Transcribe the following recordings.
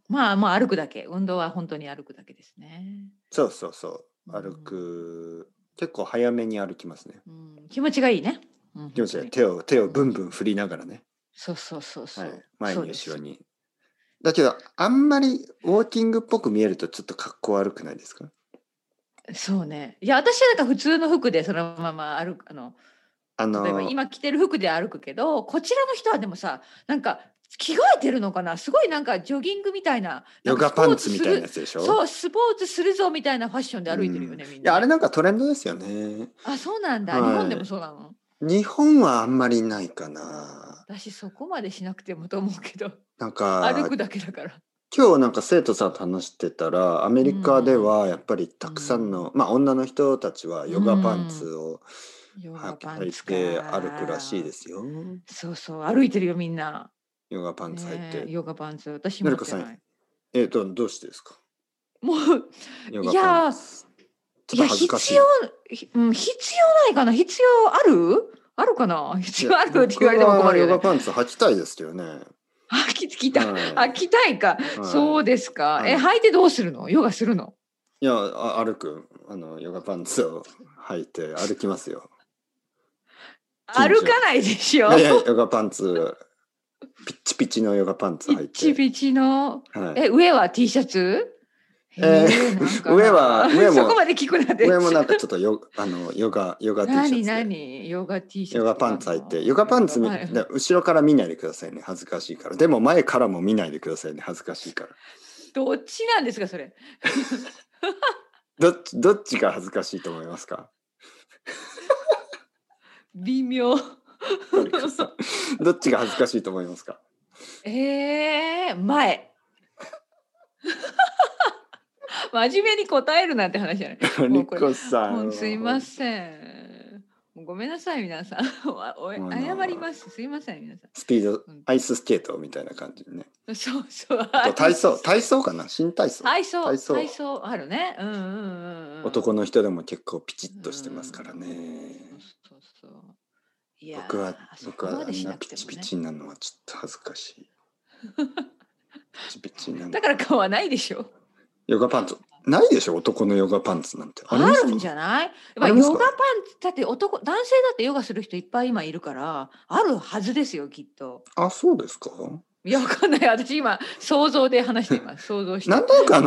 まあ歩くだけ。運動は本当に歩くだけですね。 そうそうそう。歩うんく、結構早めに歩きますね。 気持ちがいいね。 気持ちがいい。 本当に。 手をブンブン振りながらね。 そうそうそうはい。 そう。 前にそうです。 後ろに。だけど、あんまりウォーキングっぽく見えるとちょっと格好悪くないですか？ そうね。いや、私はなんか普通の服でそのまま歩く、 あ例えばの、 今着てる服で歩くけど、こちらの人はでもさ、なんか着替えてるのかな、すごいなんかジョギングみたいな、なんヨガかスポパンツみたいなーツする、 やつでしょ？ そう、スポーツするぞみたいなファッションでうん。い歩いてるよね、みんなや、あれね。 なんかトレンドですよね。 あ、そうなんだ。日本でもはい。 そうなの？ 日本はあんまりないかな。 私そこまでしなくてもと思うけど、 なん歩か、 くだけだから。 今日なんか生徒さんと話してたら、アメうリカでん。 はやっぱりうたくさんん。 の、まあ女の人たちはうヨガパンツん。 をヨガパン履いツて歩くらしいでか。 すよ。 そうそう、歩いてるよ、みんな。 ヨガパンツ履いねえ、 て。 ヨガパンツ、私のりこさん、 持ってない。 どうしてですか？ もう、 ヨガパンいや、 ツ。ちょっいや、 と恥ずかし必要、 い。 必要ないかな、必要あるあるかな、 いや、 必要あるって言わ僕れても困はヨガるよね。 パンツ履きたいですけどね。 あ、着た。あ、 は着たいか。 い。はい。 そうですか。 あの、 履いてどうするの？ヨガするの？ いや、歩く、ヨガパンツを履いて歩きますよ。近所。 歩かないでしょ。 いやいや、ヨガパンツ、ピッチピチのヨガパンツピッ履いて。 チピチの。 はい。 上は T シャツ？へえ、なんかな。そこまで聞くなで。 上もなんかちょっとヨガ T シャツで。 ヨガ T シャヨガパンツとかあんツ履いて、ヨガの？ パンツ後ろから見ないでくださいね。恥ずかしいから。でも前からも見ないでくださいね。恥ずかしいから。 どっちなんですか、それ。 どっちが恥ずかしいと思いますか？ 微妙。 のりこさん。どっちが恥ずかしいと思いますか？ 前。真面目に答えるなんて話じゃない。 のもうこれ、 りこさんすいまはせん。もうごめんなさい、皆さん。謝ります。すいません、皆さん。 スピード、アイススケートみたいな感じでね。 そうそう。 あと体操かな、新体操。 体操あるね。うんうんうんうん。 男の人でも結構ピチッとしてますからうんね。 そうそう。いやそ僕はあこまでしなんなピチくてもね。 ピチなのはちょっと恥ずかしい。ピチピチなの。 だから買わないでしょ。 ヨガパンツ。ないでしょ、男のヨガパンツなんて。ありますか？ あるんじゃない？ ありますか？ ヨガパンツ、だって男性だってヨガする人いっぱい今いるから、あるはずですよ、きっと。 あ、そうですか？ いや、わかんない。私今、想像で話しています。想像して。 なんとなく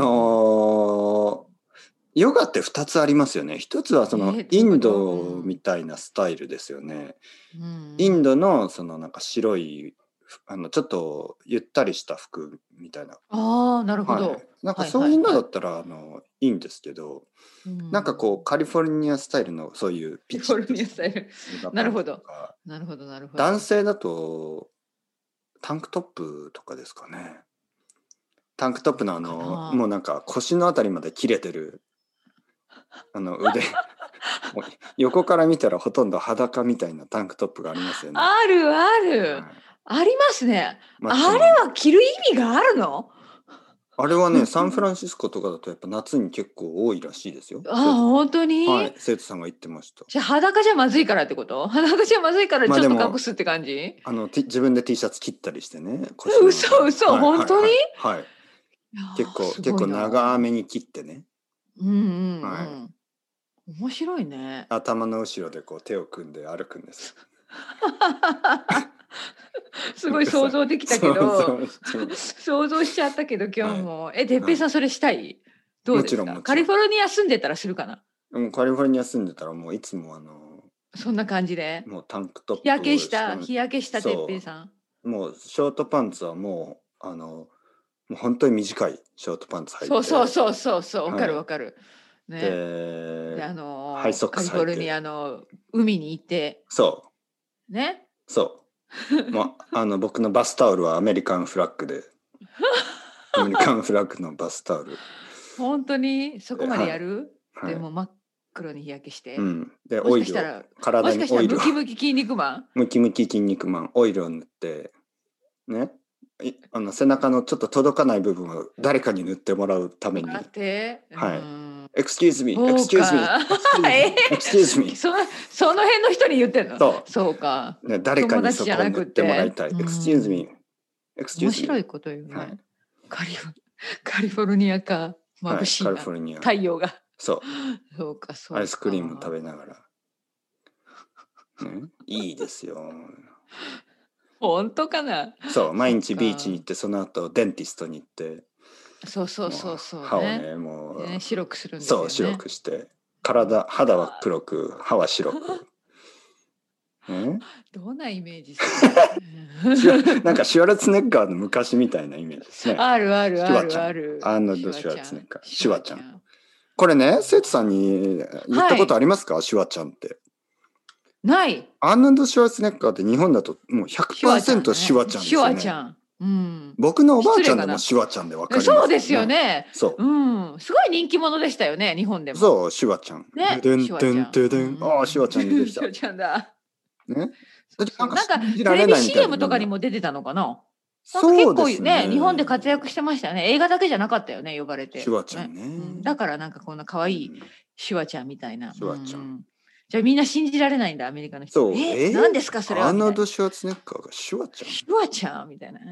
ヨガって2つありますよね。一つはそのどういうこインと？ ドみたいなスタイルですよね。 うん。 インドのそのなんか白いちょっとゆったりした服みたいな。 ああ、なるほはい。 ど。 なんかはいそういうのはいはい。 だったらいいんですけど、 うなんかこうん。 カリフォルニアスタイルのそういうピチカリフォルッとしたね、 ニアスタイル。 ヨガパンなるほど。 ツとか、 なるほど、なるほど。 男性だとタンクトップとかですかね。タンクトップのかな。 もうなんか腰のあたりまで切れてる腕もう横から見たらほとんど裸みたいなタンクトップがありますよね。 あるある。 はい。 ありますね。 マッあれチョマンで。 は着る意味があるの？ あれはね、サンフランシスコとかだとやっぱ夏に結構多いらしいですよ。 あ、本当に？ はい、生徒さんが言ってました。 じゃあ裸じゃまずいからってこと？裸じゃまずいからちょっまあでも、 と隠すって感じ？ 自分で T シャツ切ったりしてね、腰のあたり。 嘘、 はい本当に？ はいはい。はい。 いやー、 結すごいな。 構長めに切ってね。 うんうんはい。 うん。面白いね。 頭の後ろでこう手を組んで歩くんです。 すごい想像できたけそうそど、 うそう。 想像しちゃったけど今はい。 日も。てっぺはい。 いさんそれしたい？どうもちですか？ ろんもちろん。 カリフォルニア住んでたらするかな？ もうカリフォルニア住んでたらもういつもそんな感じで。 もうタンクトッ日焼けプをした日焼けしたてっぺいさん。 もうショートパンツはもうもう本当に短いショートパンツ履いそうそうて、 そうそうそう、わかはい。 るわかる。ね。で、 で、ハイソッカクリフォルニス履いて、 アの海に行って、 そね。 う、そう。僕のバスタオルはアメリカンフラッグで、アメリカンフラッグのバスタオル本当にそこで、 まではい、 やる？ はい。 でも真っ黒に日焼けして。 うん。で、 もしかしたら体にオイルを、 ムキムキ筋肉マン？ ムキムキ筋肉マン、オイルを塗って、ね。背中のちょっと届かない部分を誰かに塗ってもらうために、 待って。 はい。Excuse me, そう excuse me, か。 excuse me. その辺の人に言ってんの？ そそうか。 う。ね、誰か友にそこを達じゃなく塗ってもらいて。 たい。Excuse me, 面 excuse 白 me. いこと言うはい。 ね。カリフ。 カリフォルニアか眩しいな、 カリフォルニア。 太陽が。 そうそうかそうか。 アイスクリーム食べながら、いいですよ。 本当かな。 そう毎日ビーチに行ってその後デンティストに行って、 そうそうそうそう、 歯をねもう、 白くするんですよね。 そう白くして肌は黒く歯は白く。 どんなイメージするなんかシュワルツェネッガーの昔みたいなイメージですね。 あるあるあシュワちゃんるある。 アーノルド・シュワルツェネッガー。シュワちゃん。これね、生徒さんに言ったことありますか、シュワちゃんって。 ない。 アーノルド・シュワルツェネッガーって日本だともう 100% シュワちゃんですよね。 シュワちゃん。うん。 僕のおばあちゃんでもシュワちゃんでわかりますよね。 そうですよね。 そう。 うん。すごい人気者でしたよね、日本でも。 そう、シュワちゃん。 ね。 でんでんでんでん。ああ、シュワちゃん出てきた。 シュワちゃんだ。 ね。 なんかテレビ CM とかにも出てたのかな。 そう結構ね、日本で活躍してましたよね。映画だけじゃなかったよね、呼ばれて。 シュワちゃんね。 だからなんかこんな可愛いシュワちゃんみたいな。 シュワちゃん。 じゃあみんな信じられないんだ、アメリカの人。何ですかそれは。 アーノルド・シュワツェネッガーがシュワちゃん。 シュワちゃんみたいな。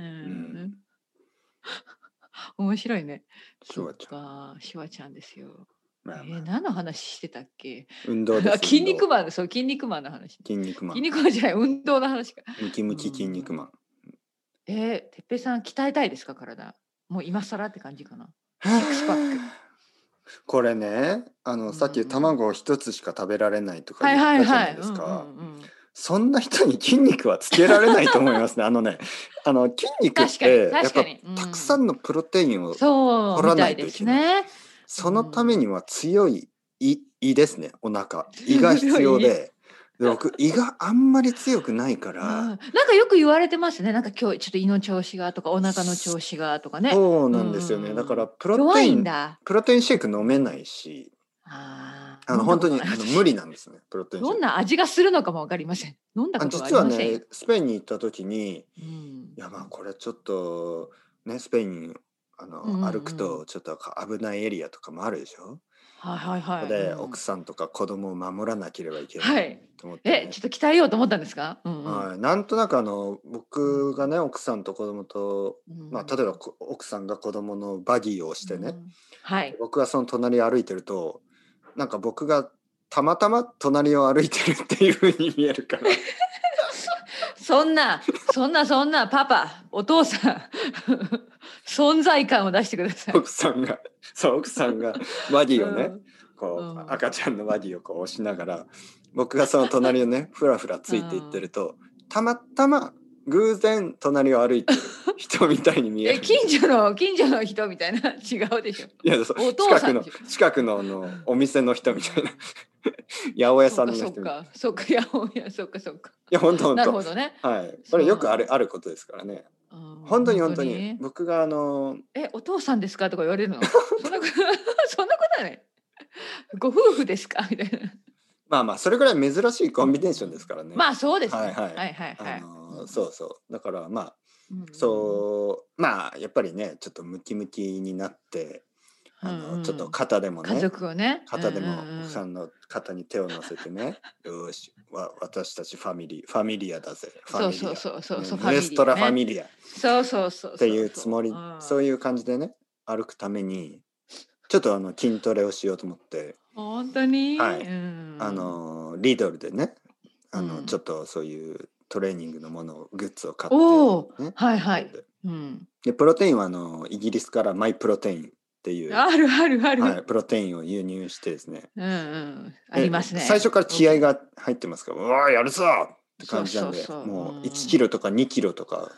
面白いね。 シュワちゃん。シュワちゃんですよ。 何の話してたっけ。 運動です。 筋肉マン、そう、筋肉マンの話。 筋肉マンじゃない、運動の話か。 ムキムキ筋肉マン。 てっぺいさん鍛えたいですか、体。もう今更って感じかな。シックスパック。 これね、さっき卵一つしか食べられないとか言ったじゃないですか。そんな人に筋肉はつけられないと思いますね。筋肉ってやっぱたくさんのプロテインを取らないといけない。そのためには強い胃ですね。お腹胃が必要で。僕胃があんまり強くないから、 なんかよく言われてますね。なんか今日ちょっと胃の調子がとかお腹の調子がとかね。 そうなんですよね。だからプロテインシェイク飲めないし、本当に無理なんですね。プロテインシェイク。 どんな味がするのかもわかりません。飲んだことがありません。 実はね、スペインに行った時に、いやまあこれちょっとねスペイン歩くとちょっと危ないエリアとかもあるでしょ。で奥さんとか子供を守らなければいけないと思って、 ちょっと鍛えようと思ったんですか。 なんとなく僕がね奥さんと子供と、例えば奥さんが子供のバギーをしてね、僕がその隣歩いてるとなんか僕がたまたま隣を歩いてるっていう風に見えるからそんなパパお父さん存在感を出してください。 奥さんがバギーをね、こう赤ちゃんのバギーをこう押しながら僕がその隣をねふらふらついていってるとたまたま偶然隣を歩いてる人みたいに見える。 近所の人みたいな。違うでしょ。 いや近くのお店の人みたいな八百屋さんの人みたいな。 そうか八百屋、そうか。 いや本当なるほどね。 はい。それよくあることですからね。本当に僕がお父さんですかとか言われるの。そんなことはね。ご夫婦ですかみたいな。 まあそれぐらい珍しいコンビネーションですからね。 まあそうですね。 そうだからそうやっぱりねちょっとムキムキになってちょっと肩でもね家族をね肩でも奥さんの肩に手を乗せてねよし私たちファミリアだぜファミリアそうウエストラファミリアそうっていうつもりそういう感じでね歩くためにちょっと筋トレをしようと思って。 本当にはいリドルでねちょっとそういうトレーニングのものをグッズを買ってでプロテインはイギリスからマイプロテインっていうある、 プロテインを輸入してですね、 ありますね。 最初から気合が入ってますから、うわやるぞって感じなんで、もう1キロとか2キロとか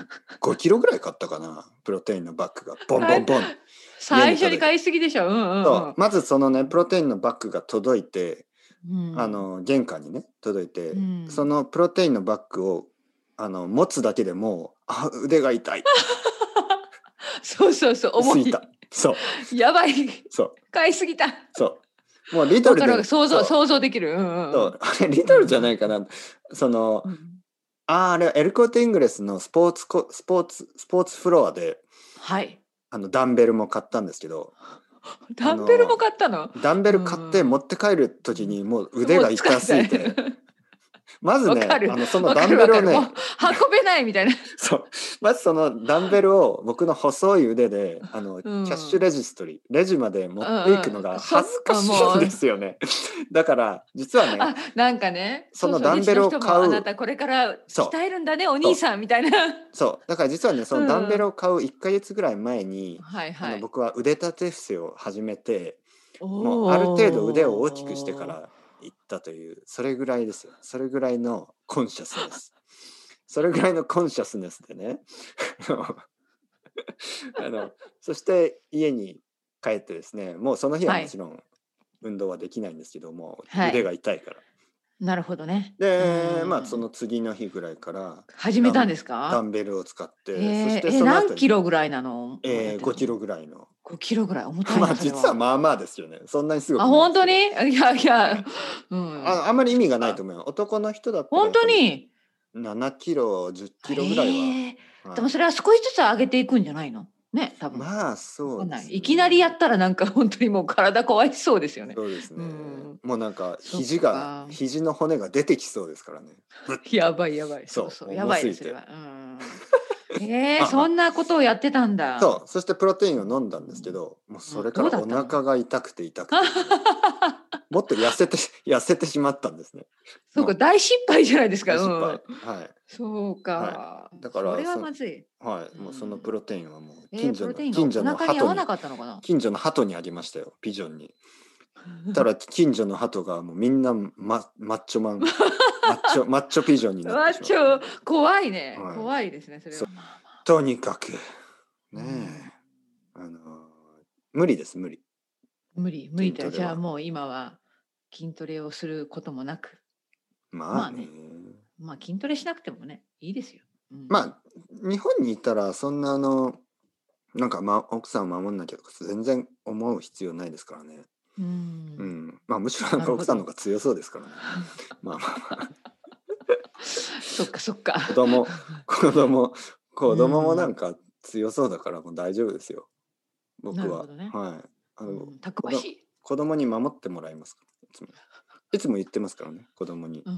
5キロぐらい買ったかなプロテインのバッグがボンボンボン最初に買いすぎでしょ。 まずそのねプロテインのバッグが届いて、玄関にね届いて、そのプロテインのバッグを持つだけでも腕が痛いそう重いそうやばい買いすぎたもうリトルで想像できる。 リトルじゃないかなあれはエルコーテイングレスのスポーツフロアでダンベルも買ったんですけど。 ダンベルも買ったの？ ダンベル買って持って帰る時にもう腕が痛すぎてまずね、そのわダンかるわかる。 ベルをね、 もう運べないみたいな。 そう、まずそのダンベルを僕の細い腕でうキャッシュん。 レジストリー、レジまで持うんっていくのうん。 が恥ずかしいんでもう、 すよね。だから実はね、 なんかね、 そのそうそう、レダンベルをジの人も買う、 あなたこれからそう鍛えるんだね、お兄そうさんみたいな。 そうだから実はね、そうのダンベルをん。 買う1ヶ月ぐらい前にはいはい。 僕は腕立て伏せを始めて、 おもうある程度腕を大きくしてかお。 ら行ったという、それぐらいですよ。それぐらいのコンシャスネス。それぐらいのコンシャスネスでね。あのそして家に帰ってですね、もうその日ははい。 もちろん運動はできないんですけども、腕がはい。 痛いから。 なるほどね。うで、まあそん。 の次の日ぐらいから始めたんですか？ ダンベルを使っへて、そしてえ、何その後に、 キロぐらいなのをやって 5 たの？ キロぐらいの。 5キロぐらい、重たいまあな、それは。 実はまあまあですよね。そんなにすごあ、 くないんですけど。 本当に？いやいや、 はい。 うん。 あんまり意味がないとそっか。 思うよ。男の人だったら本やっぱり当に？ 7キロ、10キロぐらいは、 ええ。ではい。 もそれは少しずつ上げていくんじゃないの？ね、多分。 まあわかんない。 そうですいきなりやっね。 たらなんか本当にもう体壊しそうですよね。 そうですうね。 ん。 もうなんかそっか。 肘の骨が出てきそうですからね。ぶっやばいやばい。そうそう、 そう、や重すぎて。 ばいです、それは。うん。へえ、 まあまあ、 そんなことをやってたんだ。 そう、そしてプロテインを飲んだんですけうん。 ど、もうそうん、 れからおどうだったの？ 腹が痛くて痛くてね、もっと痩せてしまったんですね。 そうか、 も大失敗じゃないですうか。 大失敗。 うん。 はい。 そうはい。 か。 だかそれはらまずい。 はい、 うもうそのプん。 ロテインはもう近プ所ロテインがおの腹に合わなかったのかな？ 近所の鳩にあげましたよ、ピジョンに。ただ近所の鳩がもうみんなマッチョマン、マッチョピジョンになってしまっ怖いね。 た。はい。 怖いですね、それは。まあまあ。 とにかくうねん。 え、無理です、無理。 無理だ。じゃあ筋トレは。 もう今は筋トレをすることもなく、 まあね。 まあね、まあ筋トレしなくてもね、いいですよ。うん。 まあ日本にいたらそんななんか奥さんを守んなきゃとか全然思う必要ないですからね。 うん。 まあむしろなんか奥さんの方なるほど。 が強そうですからね。まあまあまあ。 そっかそっか。 子供、子供、子う供もなんん。 か強そうだからもう大丈夫ですよ。僕は。 なるほどね。 はい。 うん、たくましい。 子供に守ってもらいますから、いつも。いつも言ってますからね、子供に。 うん。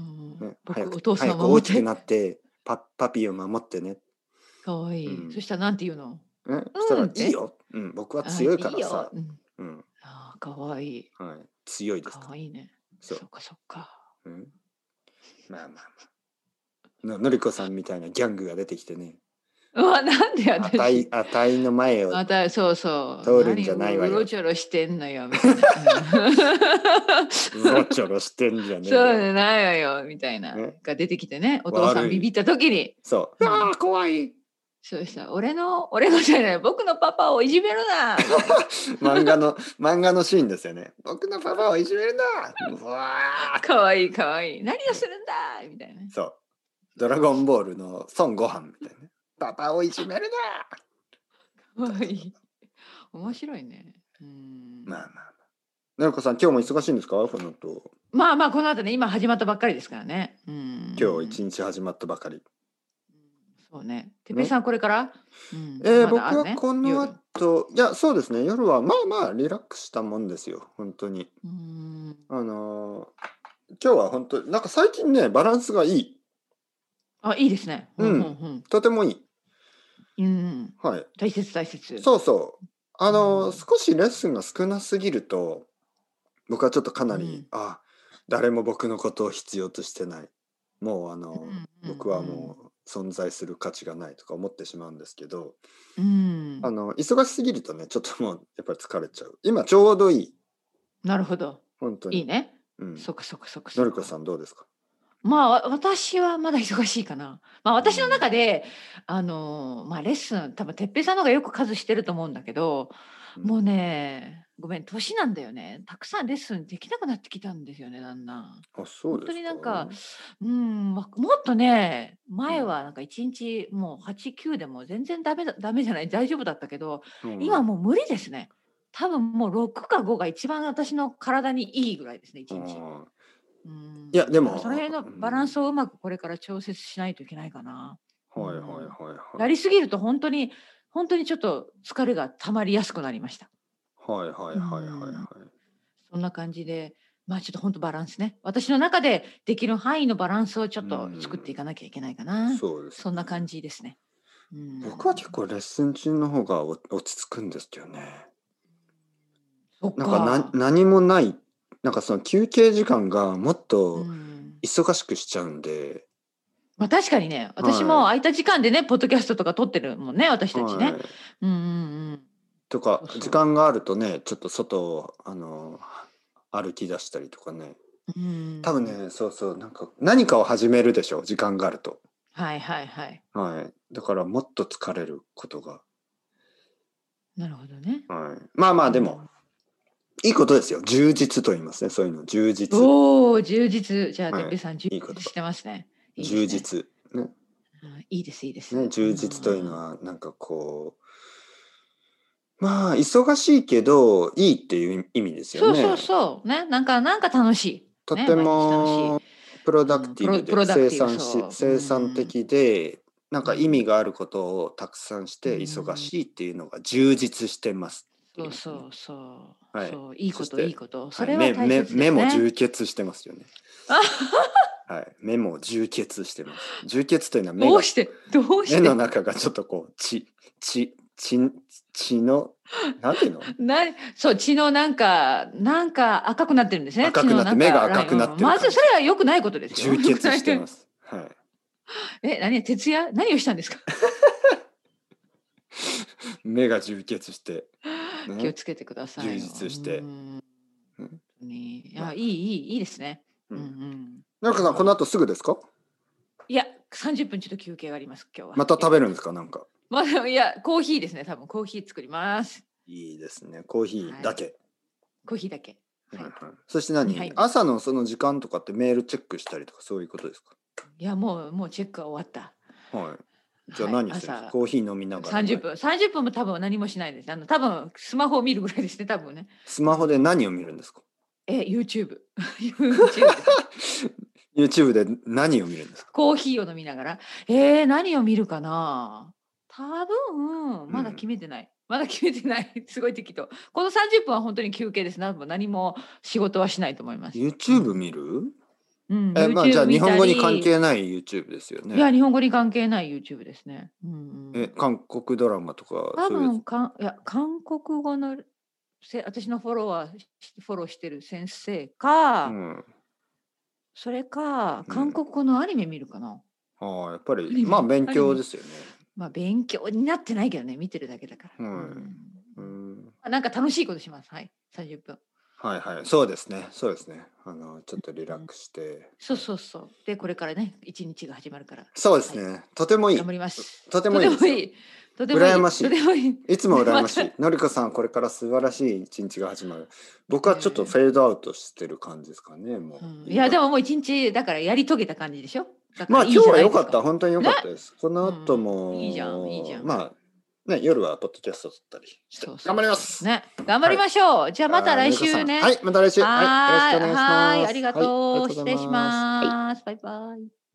ね、 僕、お父さん早くを守って。 大きくなってパピーを守ってね。 かわいい。そうん。 したらなんて言うの？ そしたらいいうんって？ よ。僕はあ、 強いかいいよ。 らさ。 うん。 うん。 ああ、かわいい。 はい。強いですかから。 わいいね。 そう。 そっかそっか。 うん。まあまあまあ。のりこさんみたいなギャングが出てきてね。 うわ、なんで私。 あたいの前をまた、そうそう。 通るんじゃ何ないわよ。 うろちょろしてんのよ、みたいな。 うろちょろしてんじゃねえよ。 そうじゃないわよ、みたいな。 ね。 が出てきてね、お父さん悪い。 ビビった時に。 そう。 うん。 怖い。 そうしたら、俺のじゃない、僕のパパをいじめるな、みたいな。 漫画のシーンですよね。僕のパパをいじめるな。うわかわいいかわいい。何をするんだみたいなね。 そう。ドラゴンボールの孫悟飯みたいなね。パパをいじめるな。 かわいい。面白いね。 まあまあまあ。なるこさん、今日も忙しいんですか、この後。 まあまあ、この後ね、今始まったばっかりですからね。 今日一日始まったばかり。 そうね。てっぺいね。 さんこれから？まだあ僕はるね、 この夜。 後、いや、そうですね。夜はまあまあリラックスしたもんですよ。本当に。 うん今日は本当なんか最近ね、バランスがいい。 あ、いいですね。 うん。とてもいい。はい。 大切大切。 そうそう。 うん少しレッスンが少なすぎると、僕はちょっとかなり、 うん誰も僕のことを必要としてない。もう僕はうんもう存在する価値がないとか思ってしまうんですけど、 うん忙しすぎるとね、ちょっともうやっぱり疲れちゃう。今ちょうどいい。 なるほど。 本当に。 いいね。 うん。 そっかそっかそっかそのりこさっか。 んどうですか？ まあ、私はまだ忙しいかな。まあ、私の中で、まあ、レッスン、多分、てっぺいさんの方がよく数してると思うんだけど、 うん。 もうね、ごめん、年なんだよね。たくさんレッスンできなくなってきたんですよね、だんだん。本当そうですか？ になんか、もっとね、 うん。 前はなんか1日もう8、9でも全然ダメじゃない、大丈夫だったけど、 うん。 今もう無理ですね。多分もう6か5が一番私の体にいいぐらいですね、1日。 いや、でだからそのも、 辺のバランスをうまくこれから調節しないといけないかな。 はいはいはいやはい。 りすぎると本当にちょっと疲れが溜まりやすくなりました。 はいはいはいはいはい。 そんな感じで、 まあちょっと本当バランスね。私の中でできる範囲のバランスをちょっと作っていかなきゃいけないかな。 そうです、ね。 そんな感じですね。 僕は結構レッスン中の方が落ち着くんですよね。なんか何もない、なんかその休憩時間がもっと忙しくしちゃうんで。 まあ確かにね、私も空いた時間でね、ポッドキャストとか撮ってるもんね、私たちね。 とか時間があるとね、ちょっと外を歩き出したりとかね。多分ね、そうなんか何かを始めるでしょ、時間があると。はいはいはい。はい。だからもっと疲れることが。 なるほどね。 はい。まあまあでも、いいことですよ。充実と言いますね。そういうの充実。 おお、充実。じゃあてっぺいさん充実してますね。 充実ね。 いいですいいです。 ね、充実というのはなんかこう、まあ忙しいけどいいっていう意味ですよね。 そうね、なんか楽しい。 とてもプロダクティブで生産的で、なんか意味があることをたくさんして忙しいっていうのが充実してますっていう、ね。 そういいことそれは大切ですね。 目も充血してますよね。はい、目も充血してます。充血というのは目がどうして目の中がちょっとこう血のなんていうの？ そう、血のなんか赤くなってるんですね。 赤くなって目が赤くなってる。 まずそれは良くないことですよ。 充血してます。はい。 徹夜何をしたんですか？ 目が充血して、 気をつけてください。 充実して。 いや、いいですね。 なんかさんこの後すぐですか？ いや、30分ちょっと休憩があります今日は。 また食べるんですかなんか？ いや、コーヒーですね。多分コーヒー作ります。 いいですね。コーヒーだけ。 コーヒーだけ。 そして何？朝のその時間とかってメールチェックしたりとかそういうことですか？ いや、もうチェックは終わった。 はい。じゃあ何するんですか？コーヒー飲みながら。 30分も多分何もしないです。多分スマホを見るぐらいですね。多分ね。 スマホで何を見るんですか ？YouTube。 YouTube で何を見るんですか？ コーヒーを飲みながら。何を見るかな。多分まだ決めてない。すごい適当。この30分は本当に休憩です。何も仕事はしないと思います。 YouTube 見る？まあじゃあ日本語に関係ない YouTube ですよね。 いや、日本語に関係ない YouTube ですね。 韓国ドラマとか多分韓国語の私のフォローしてる先生か、それか韓国語のアニメ見るかな。 やっぱりまあ勉強ですよね。 まあ勉強になってないけどね、見てるだけだから。なんか楽しいことします。はい、30分。 はいはい、そうですね。ちょっとリラックスして。 そう。でこれからね、一日が始まるから。 そうですね。とてもいい。 頑張ります。 とてもいい。羨ましい。いつも羨ましい。のりこさんこれから素晴らしい一日が始まる。僕はちょっとフェードアウトしてる感じですかね。もう。 いやでももう一日だからやり遂げた感じでしょ。 まあ今日は良かった。本当に良かったです。この後もいいじゃん。 まあ。ね、夜はポッドキャスト撮ったりして頑張りますね。頑張りましょう。じゃあまた来週ね。 はい、また来週。 はい、よろしくお願いします。はい、ありがとう。失礼します。バイバイ。